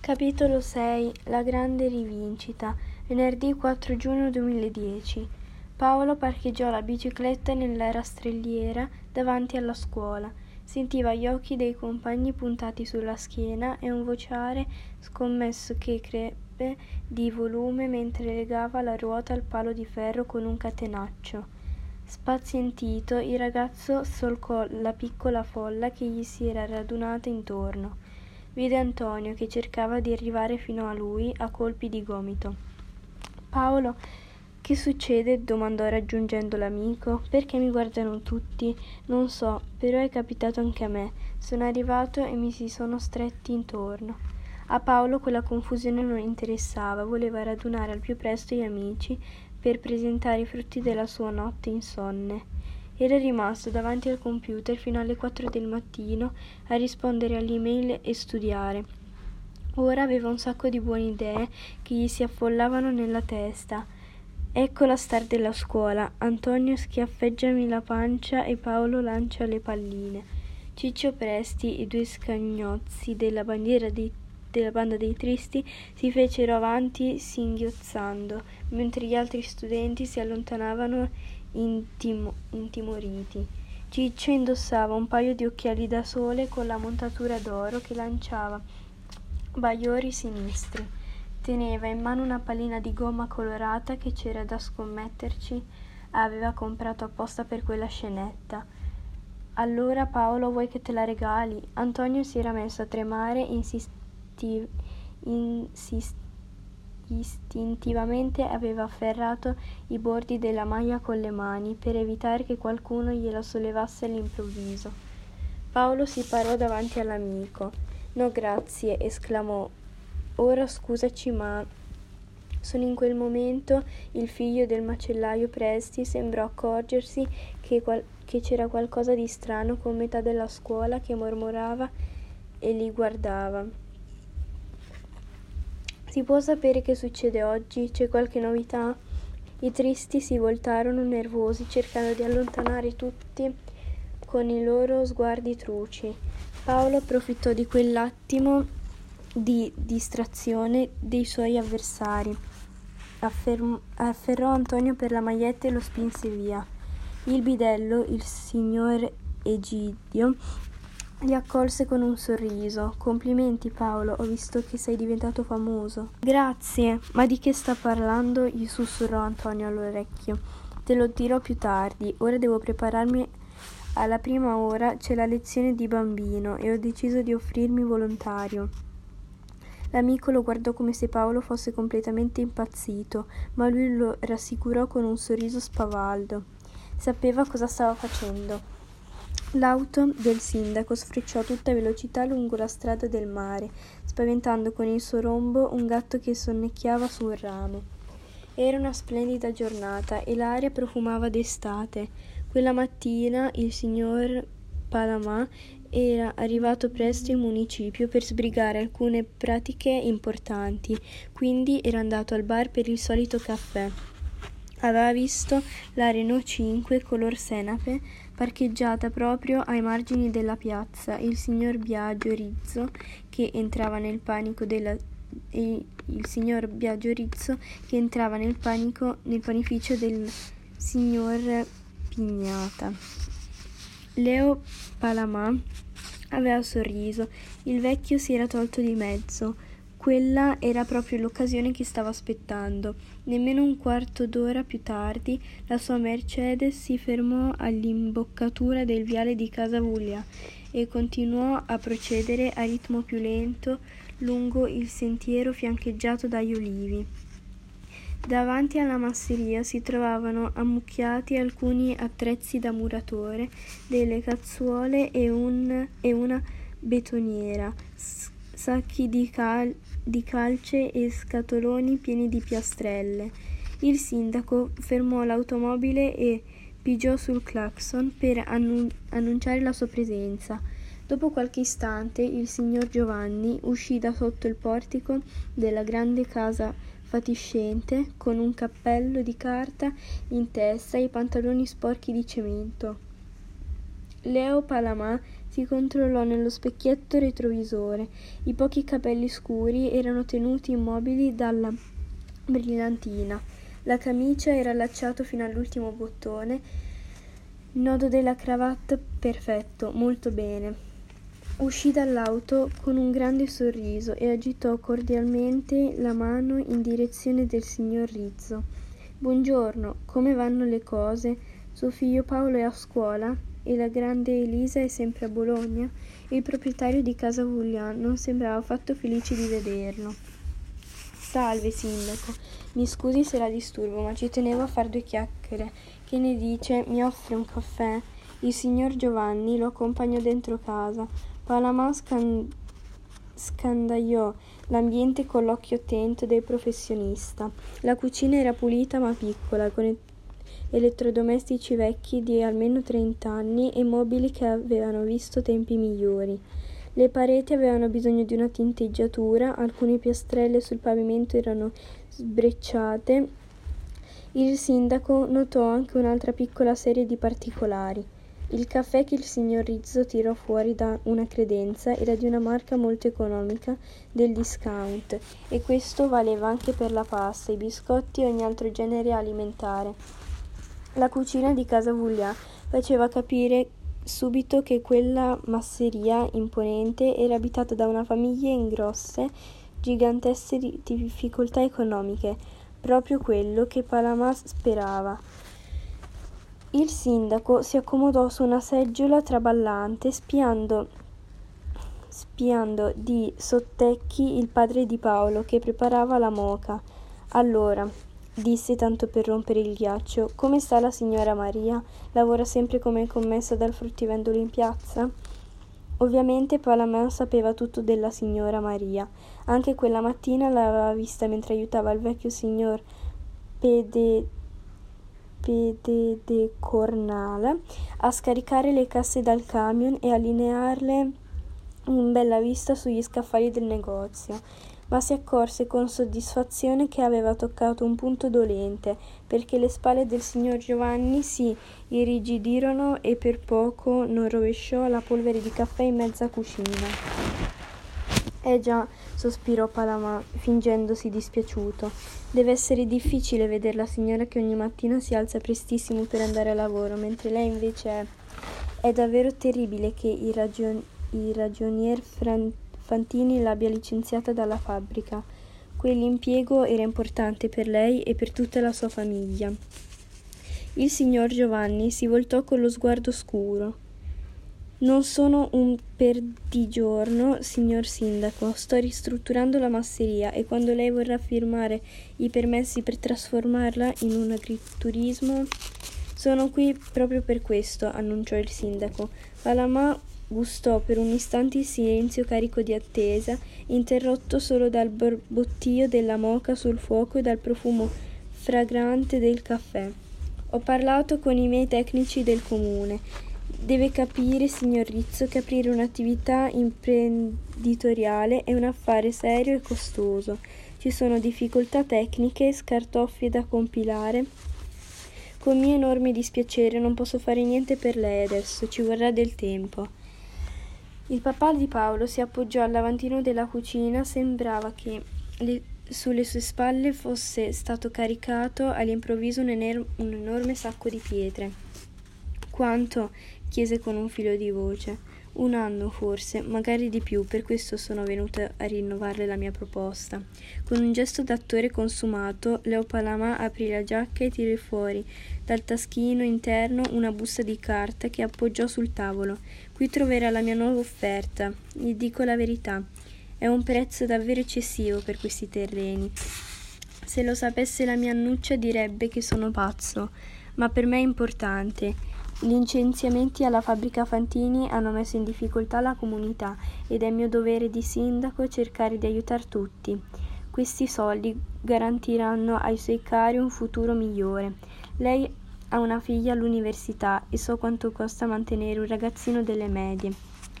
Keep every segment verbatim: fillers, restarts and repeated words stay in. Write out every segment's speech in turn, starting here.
Capitolo sei. La grande rivincita. Venerdì quattro giugno duemiladieci. Paolo parcheggiò la bicicletta nella rastrelliera davanti alla scuola. Sentiva gli occhi dei compagni puntati sulla schiena e un vociare scommesso che crebbe di volume mentre legava la ruota al palo di ferro con un catenaccio. Spazientito, il ragazzo solcò la piccola folla che gli si era radunata intorno. Vide Antonio che cercava di arrivare fino a lui a colpi di gomito. «Paolo, che succede?» domandò raggiungendo l'amico. «Perché mi guardano tutti?» «Non so, però è capitato anche a me. Sono arrivato e mi si sono stretti intorno». A Paolo quella confusione non interessava, voleva radunare al più presto gli amici per presentare i frutti della sua notte insonne. Era rimasto davanti al computer fino alle quattro del mattino a rispondere alle email e studiare. Ora aveva un sacco di buone idee che gli si affollavano nella testa. Ecco la star della scuola. Antonio schiaffeggiami la pancia e Paolo lancia le palline. Ciccio Presti, i due scagnozzi della bandiera dei della banda dei tristi, si fecero avanti singhiozzando, mentre gli altri studenti si allontanavano intimo- intimoriti. Ciccio indossava un paio di occhiali da sole con la montatura d'oro che lanciava bagliori sinistri. Teneva in mano una pallina di gomma colorata che, c'era da scommetterci, aveva comprato apposta per quella scenetta. «Allora, Paolo, vuoi che te la regali?» Antonio si era messo a tremare insistendo. Insist- istintivamente aveva afferrato i bordi della maglia con le mani per evitare che qualcuno gliela sollevasse all'improvviso. Paolo si parò davanti all'amico. «No, grazie», esclamò. «Ora scusaci, ma...» Solo in quel momento il figlio del macellaio Presti sembrò accorgersi che, qual- che c'era qualcosa di strano con metà della scuola che mormorava e li guardava. «Si può sapere che succede oggi? C'è qualche novità?» I tristi si voltarono nervosi, cercando di allontanare tutti con i loro sguardi truci. Paolo approfittò di quell'attimo di distrazione dei suoi avversari. Afferm- afferrò Antonio per la maglietta e lo spinse via. Il bidello, il signor Egidio, li accolse con un sorriso. «Complimenti, Paolo, ho visto che sei diventato famoso». «Grazie, ma di che sta parlando?» gli sussurrò Antonio all'orecchio. «Te lo dirò più tardi, ora devo prepararmi. Alla prima ora c'è la lezione di bambino e ho deciso di offrirmi volontario». L'amico lo guardò come se Paolo fosse completamente impazzito, ma lui lo rassicurò con un sorriso spavaldo. Sapeva cosa stava facendo. L'auto del sindaco sfrecciò a tutta velocità lungo la strada del mare, spaventando con il suo rombo un gatto che sonnecchiava su un ramo. Era una splendida giornata e l'aria profumava d'estate. Quella mattina il signor Palamà era arrivato presto in municipio per sbrigare alcune pratiche importanti, quindi era andato al bar per il solito caffè. Aveva visto la Renault cinque color senape parcheggiata proprio ai margini della piazza. Il signor Biagio Rizzo che entrava nel panico della e il signor Biagio Rizzo che entrava nel panico nel panificio del signor Pignata. Leo Palamà aveva sorriso. Il vecchio si era tolto di mezzo. Quella era proprio l'occasione che stava aspettando. Nemmeno un quarto d'ora più tardi la sua Mercedes si fermò all'imboccatura del viale di Casa Vuglia e continuò a procedere a ritmo più lento lungo il sentiero fiancheggiato dagli ulivi. Davanti alla masseria si trovavano ammucchiati alcuni attrezzi da muratore, delle cazzuole e, un, e una betoniera, sacchi di, cal- di calce e scatoloni pieni di piastrelle. Il sindaco fermò l'automobile e pigiò sul clacson per annun- annunciare la sua presenza. Dopo qualche istante il signor Giovanni uscì da sotto il portico della grande casa fatiscente, con un cappello di carta in testa e i pantaloni sporchi di cemento. Leo Palamà Si controllò nello specchietto retrovisore. I pochi capelli scuri erano tenuti immobili dalla brillantina. La camicia era allacciata fino all'ultimo bottone. Il nodo della cravatta perfetto, molto bene. Uscì dall'auto con un grande sorriso e agitò cordialmente la mano in direzione del signor Rizzo. Buongiorno, come vanno le cose? Suo figlio Paolo è a scuola e la grande Elisa è sempre a Bologna? Il proprietario di casa Vullian non sembrava affatto felice di vederlo. Salve, sindaco. Mi scusi se la disturbo, ma ci tenevo a far due chiacchiere. Che ne dice? Mi offre un caffè? Il signor Giovanni lo accompagnò dentro casa. Palamà scan- scandagliò l'ambiente con l'occhio attento del professionista. La cucina era pulita ma piccola, con elettrodomestici vecchi di almeno trent'anni e mobili che avevano visto tempi migliori. Le pareti avevano bisogno di una tinteggiatura, alcune piastrelle sul pavimento erano sbrecciate. Il sindaco notò anche un'altra piccola serie di particolari. Il caffè che il signor Rizzo tirò fuori da una credenza era di una marca molto economica del discount, e questo valeva anche per la pasta, i biscotti e ogni altro genere alimentare. La cucina di casa Vullian faceva capire subito che quella masseria imponente era abitata da una famiglia in grosse, gigantesche difficoltà economiche, proprio quello che Palamà sperava. Il sindaco si accomodò su una seggiola traballante, spiando, spiando di sottecchi il padre di Paolo che preparava la moka. Allora, disse tanto per rompere il ghiaccio, come sta la signora Maria? Lavora sempre come commessa dal fruttivendolo in piazza? Ovviamente Palamà sapeva tutto della signora Maria. Anche quella mattina l'aveva vista mentre aiutava il vecchio signor Pede de Cornala a scaricare le casse dal camion e allinearle in bella vista sugli scaffali del negozio, ma si accorse con soddisfazione che aveva toccato un punto dolente, perché le spalle del signor Giovanni si irrigidirono e per poco non rovesciò la polvere di caffè in mezza cucina. Eh già, sospirò Palamà, fingendosi dispiaciuto. Deve essere difficile vedere la signora che ogni mattina si alza prestissimo per andare a lavoro, mentre lei invece è... È davvero terribile che il, ragion... il ragionier Fran... Fantini l'abbia licenziata dalla fabbrica. Quell'impiego era importante per lei e per tutta la sua famiglia. Il signor Giovanni si voltò con lo sguardo scuro. Non sono un perdigiorno, signor sindaco. Sto ristrutturando la masseria e quando lei vorrà firmare i permessi per trasformarla in un agriturismo, sono qui proprio per questo, annunciò il sindaco. Palamà gustò per un istante il silenzio carico di attesa, interrotto solo dal borbottio della moka sul fuoco e dal profumo fragrante del caffè. Ho parlato con i miei tecnici del comune. Deve capire, signor Rizzo, che aprire un'attività imprenditoriale è un affare serio e costoso. Ci sono difficoltà tecniche, scartoffie da compilare. Con mio enorme dispiacere non posso fare niente per lei adesso, ci vorrà del tempo. Il papà di Paolo si appoggiò al lavandino della cucina, sembrava che le, sulle sue spalle fosse stato caricato all'improvviso un, ener- un enorme sacco di pietre. Quanto? Chiese con un filo di voce. Un anno forse, magari di più, per questo sono venuta a rinnovarle la mia proposta. Con un gesto d'attore consumato, Leo Palamà aprì la giacca e tirò fuori dal taschino interno una busta di carta che appoggiò sul tavolo. Qui troverà la mia nuova offerta. Gli dico la verità. È un prezzo davvero eccessivo per questi terreni. Se lo sapesse la mia Annuccia direbbe che sono pazzo, ma per me è importante. Gli licenziamenti alla fabbrica Fantini hanno messo in difficoltà la comunità ed è mio dovere di sindaco cercare di aiutare tutti. Questi soldi garantiranno ai suoi cari un futuro migliore. Lei ha una figlia all'università e so quanto costa mantenere un ragazzino delle medie.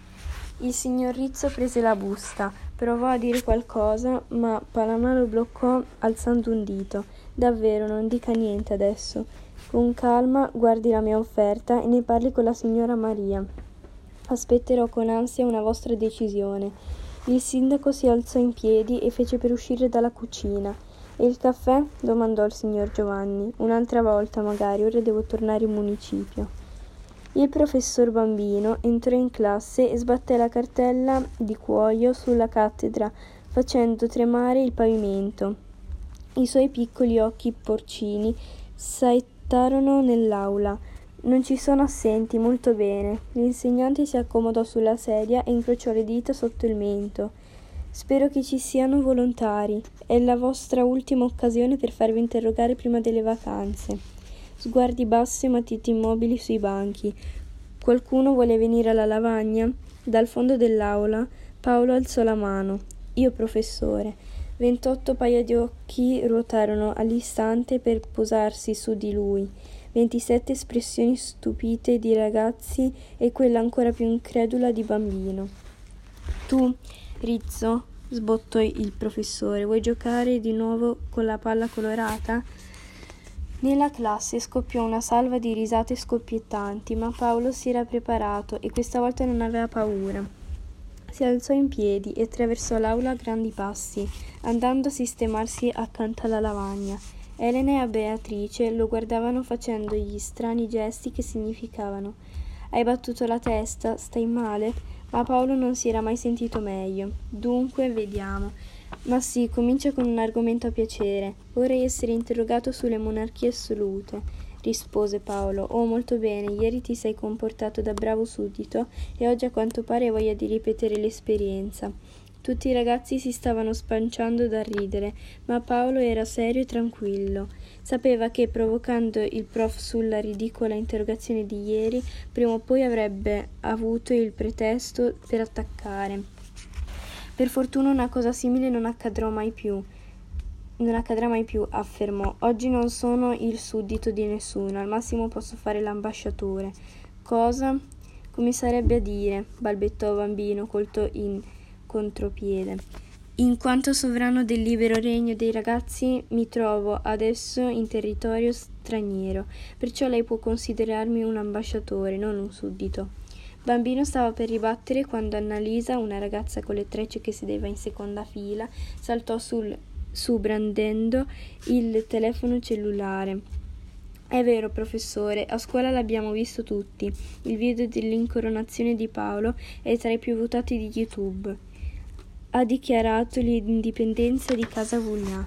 Il signor Rizzo prese la busta, provò a dire qualcosa, ma Palamà lo bloccò alzando un dito. Davvero, non dica niente adesso. Con calma guardi la mia offerta e ne parli con la signora Maria. Aspetterò con ansia una vostra decisione. Il sindaco si alzò in piedi e fece per uscire dalla cucina. E il caffè? Domandò il signor Giovanni. Un'altra volta, magari, ora devo tornare in municipio. Il professor Bambino entrò in classe e sbatté la cartella di cuoio sulla cattedra, facendo tremare il pavimento. I suoi piccoli occhi porcini saettarono nell'aula. Non ci sono assenti, molto bene. L'insegnante si accomodò sulla sedia e incrociò le dita sotto il mento. Spero che ci siano volontari. È la vostra ultima occasione per farvi interrogare prima delle vacanze. Sguardi bassi e matiti immobili sui banchi. Qualcuno vuole venire alla lavagna? Dal fondo dell'aula Paolo alzò la mano. Io, professore. Ventotto paia di occhi ruotarono all'istante per posarsi su di lui. Ventisette espressioni stupite di ragazzi e quella ancora più incredula di Bambino. Tu, Rizzo, sbottò il professore, vuoi giocare di nuovo con la palla colorata? Nella classe scoppiò una salva di risate scoppiettanti, ma Paolo si era preparato e questa volta non aveva paura. Si alzò in piedi e attraversò l'aula a grandi passi, andando a sistemarsi accanto alla lavagna. Elena e Beatrice lo guardavano facendogli strani gesti che significavano: hai battuto la testa? Stai male? Ma Paolo non si era mai sentito meglio. Dunque, vediamo. Ma sì, comincia con un argomento a piacere. Vorrei essere interrogato sulle monarchie assolute, rispose Paolo. Oh, molto bene, ieri ti sei comportato da bravo suddito e oggi a quanto pare hai voglia di ripetere l'esperienza. Tutti i ragazzi si stavano spanciando da ridere, ma Paolo era serio e tranquillo. Sapeva che, provocando il prof sulla ridicola interrogazione di ieri, prima o poi avrebbe avuto il pretesto per attaccare. Per fortuna una cosa simile non accadrà mai più. Non accadrà mai più, affermò. Oggi non sono il suddito di nessuno, al massimo posso fare l'ambasciatore. Cosa? Come sarebbe a dire? Balbettò Bambino, colto in contropiede. In quanto sovrano del libero regno dei ragazzi, mi trovo adesso in territorio straniero, perciò lei può considerarmi un ambasciatore, non un suddito. Bambino stava per ribattere quando Annalisa, una ragazza con le trecce che sedeva in seconda fila, saltò sul, su brandendo il telefono cellulare. È vero, professore, a scuola l'abbiamo visto tutti. Il video dell'incoronazione di Paolo è tra i più votati di YouTube. Ha dichiarato l'indipendenza di Casa Voulian.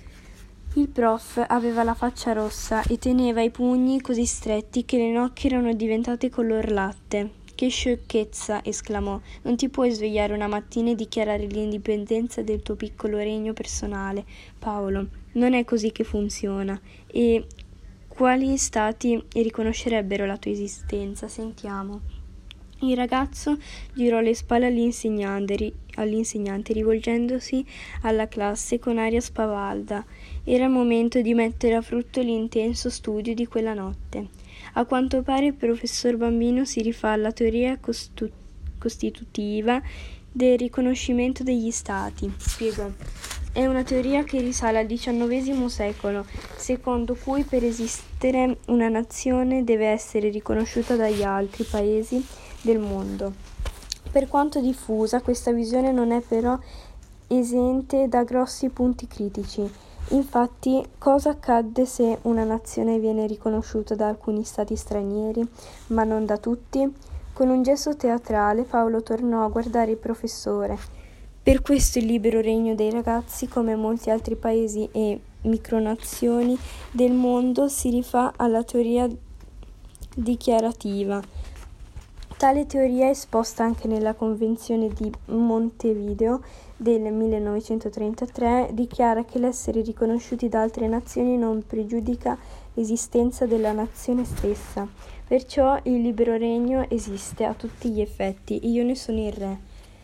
Il prof aveva la faccia rossa e teneva i pugni così stretti che le nocche erano diventate color latte. Che sciocchezza, esclamò. Non ti puoi svegliare una mattina e dichiarare l'indipendenza del tuo piccolo regno personale. Paolo, non è così che funziona. E quali stati riconoscerebbero la tua esistenza? Sentiamo. Il ragazzo girò le spalle all'insegnante, all'insegnante rivolgendosi alla classe con aria spavalda. Era il momento di mettere a frutto l'intenso studio di quella notte. A quanto pare il professor Bambino si rifà alla teoria costu- costitutiva del riconoscimento degli stati, spiegò. È una teoria che risale al diciannovesimo secolo, secondo cui per esistere una nazione deve essere riconosciuta dagli altri paesi del mondo. Per quanto diffusa, questa visione non è però esente da grossi punti critici. Infatti, cosa accade se una nazione viene riconosciuta da alcuni stati stranieri, ma non da tutti? Con un gesto teatrale Paolo tornò a guardare il professore. Per questo il libero regno dei ragazzi, come molti altri paesi e micronazioni del mondo, si rifà alla teoria dichiarativa. Tale teoria, esposta anche nella Convenzione di Montevideo del millenovecentotrentatré, dichiara che l'essere riconosciuti da altre nazioni non pregiudica l'esistenza della nazione stessa. Perciò il libero regno esiste a tutti gli effetti. Io ne sono il re.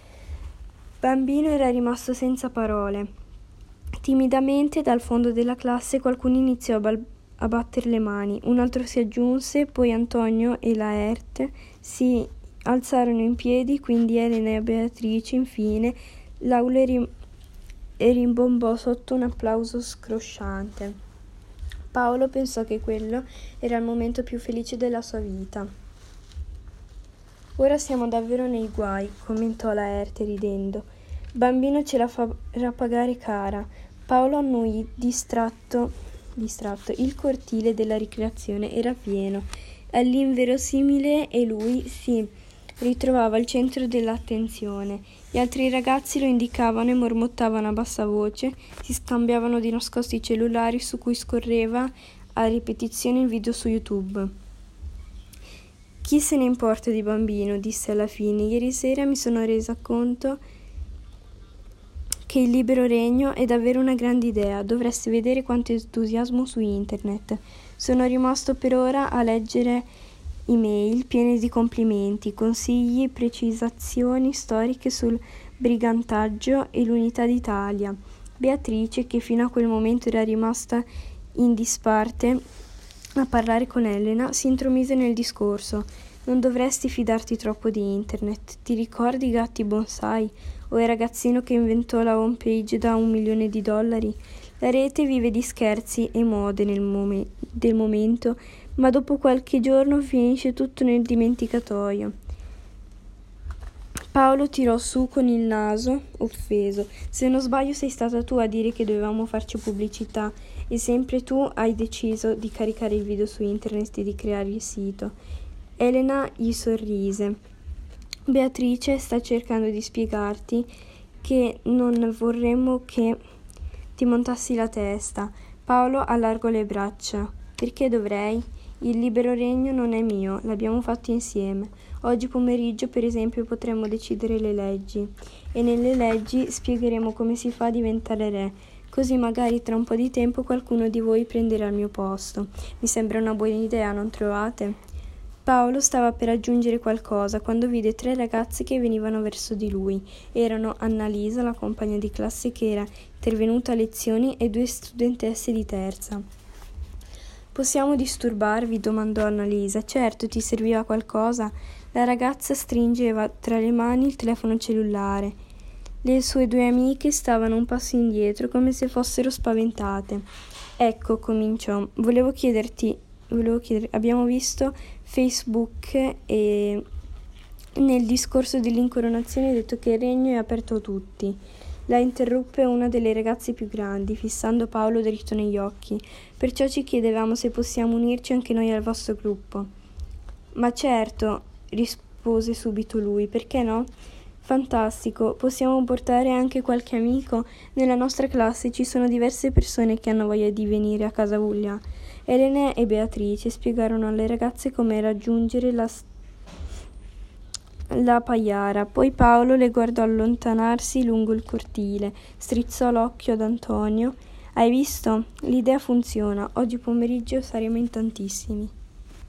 Bambino era rimasto senza parole. Timidamente dal fondo della classe qualcuno iniziò a, bal- a battere le mani, un altro si aggiunse, poi Antonio e Laerte si alzarono in piedi, quindi Elena e Beatrice, infine l'aula rim- rimbombò sotto un applauso scrosciante. Paolo pensò che quello era il momento più felice della sua vita. Ora siamo davvero nei guai, commentò Laerte ridendo. Bambino ce la farà pagare cara. Paolo annuì distratto, distratto. Il cortile della ricreazione era pieno. All'inverosimile e lui si ritrovava al centro dell'attenzione. Gli altri ragazzi lo indicavano e mormottavano a bassa voce, si scambiavano di nascosto i cellulari su cui scorreva a ripetizione il video su YouTube. Chi se ne importa di Bambino, disse alla fine. Ieri sera mi sono resa conto che il libero regno è davvero una grande idea. Dovresti vedere quanto entusiasmo su internet. Sono rimasto per ora a leggere email piene di complimenti, consigli, precisazioni storiche sul brigantaggio e l'unità d'Italia. Beatrice, che fino a quel momento era rimasta in disparte a parlare con Elena, si intromise nel discorso. Non dovresti fidarti troppo di internet. Ti ricordi i gatti bonsai o il ragazzino che inventò la home page da un milione di dollari? La rete vive di scherzi e mode nel mom- del momento, ma dopo qualche giorno finisce tutto nel dimenticatoio. Paolo tirò su con il naso, offeso. Se non sbaglio sei stata tu a dire che dovevamo farci pubblicità e sempre tu hai deciso di caricare il video su internet e di creare il sito. Elena gli sorrise. Beatrice sta cercando di spiegarti che non vorremmo che ti montassi la testa. Paolo allargò le braccia. Perché dovrei? Il libero regno non è mio, l'abbiamo fatto insieme. Oggi pomeriggio, per esempio, potremmo decidere le leggi e nelle leggi spiegheremo come si fa a diventare re. Così magari tra un po' di tempo qualcuno di voi prenderà il mio posto. Mi sembra una buona idea, non trovate? Paolo stava per aggiungere qualcosa quando vide tre ragazze che venivano verso di lui. Erano Annalisa, la compagna di classe che era intervenuta a lezioni, e due studentesse di terza. «Possiamo disturbarvi?» domandò Annalisa. «Certo, ti serviva qualcosa?» La ragazza stringeva tra le mani il telefono cellulare. Le sue due amiche stavano un passo indietro, come se fossero spaventate. «Ecco», cominciò, volevo chiederti, volevo chiedere, abbiamo visto Facebook e nel discorso dell'incoronazione hai detto che il regno è aperto a tutti». La interruppe una delle ragazze più grandi, fissando Paolo dritto negli occhi. «Perciò ci chiedevamo se possiamo unirci anche noi al vostro gruppo». «Ma certo», rispose subito lui, «perché no?» «Fantastico, possiamo portare anche qualche amico? Nella nostra classe ci sono diverse persone che hanno voglia di venire a Casavuglia». Elena e Beatrice spiegarono alle ragazze come raggiungere la la Paiara. Poi Paolo le guardò allontanarsi lungo il cortile, strizzò l'occhio ad Antonio. «Hai visto? L'idea funziona. Oggi pomeriggio saremo in tantissimi».